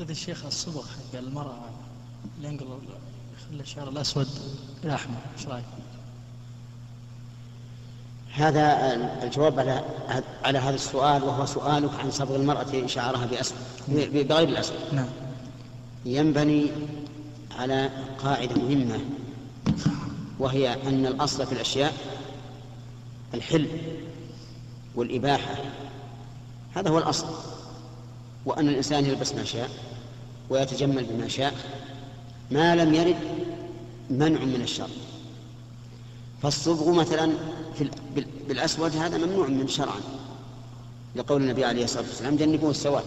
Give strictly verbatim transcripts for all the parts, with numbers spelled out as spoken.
فضيلة الشيخ الصبغ حق المرأة اللي ينقل يخلي الشعر الأسود إلى أحمر، إيش رأيك؟ هذا الجواب على على هذا السؤال، وهو سؤالك عن صبغ المرأة شعرها بأسود بغير الأسود. نعم. ينبني على قاعدة مهمة، وهي أن الأصل في الأشياء الحل والإباحة، هذا هو الأصل، وأن الإنسان يلبس ما شاء ويتجمل بما شاء ما لم يرد منع من الشر. فالصبغ مثلا في بالأسود هذا ممنوع من شرعا، لقول النبي عليه الصلاة والسلام جنبوه السواد.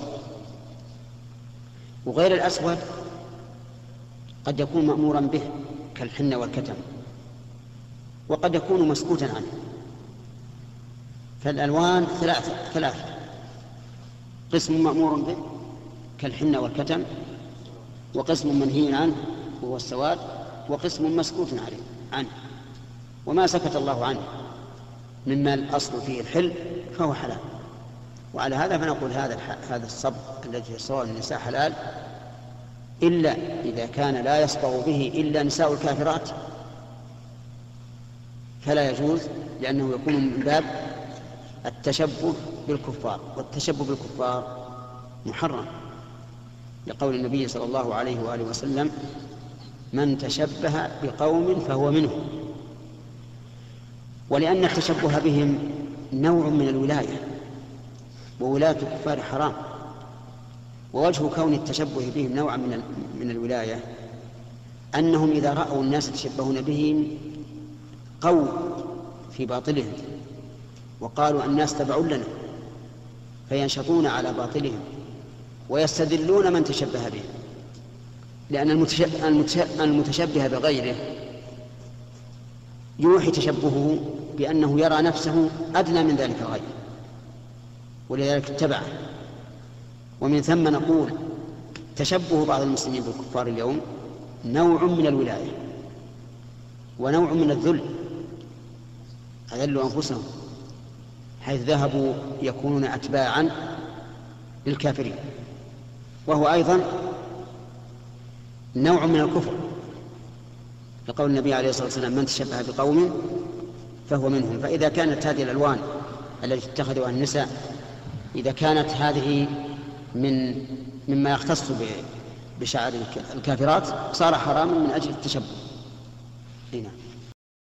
وغير الأسود قد يكون مأمورا به كالحنة والكتم، وقد يكون مسكوتا عنه. فالألوان ثلاثة ثلاثة قسم مأمور به كالحنة والكتم، وقسم منهي عنه وهو السواد، وقسم مسكوت عليه عنه. وما سكت الله عنه مما الأصل فيه الحل فهو حلال. وعلى هذا فنقول هذا هذا الصبغ الذي يصبغ النساء حلال، إلا إذا كان لا يصبغ به إلا نساء الكافرات فلا يجوز، لأنه يكون من باب التشبه بالكفار، والتشبه بالكفار محرم، لقول النبي صلى الله عليه وآله وسلم: من تشبه بقوم فهو منهم. ولأن التشبه بهم نوع من الولاية، وولاية الكفار حرام. ووجه كون التشبه بهم نوعا من من الولاية أنهم إذا رأوا الناس يتشبهون بهم قووا في باطلهم، وقالوا الناس تبع لنا، فينشطون على باطلهم ويستدلون من تشبه بهم، لأن المتشبه بغيره يوحي تشبهه بأنه يرى نفسه أدنى من ذلك الغير، ولذلك اتبعه. ومن ثم نقول تشبه بعض المسلمين بالكفار اليوم نوع من الولاية ونوع من الذل، أذلوا أنفسهم حيث ذهبوا يكونون أتباعا للكافرين، وهو أيضا نوع من الكفر، لقول النبي عليه الصلاة والسلام: من تشبه بقوم فهو منهم. فإذا كانت هذه الألوان التي اتخذها النساء إذا كانت هذه من مما يختص بشعر الكافرات صار حراما من أجل التشبه. هنا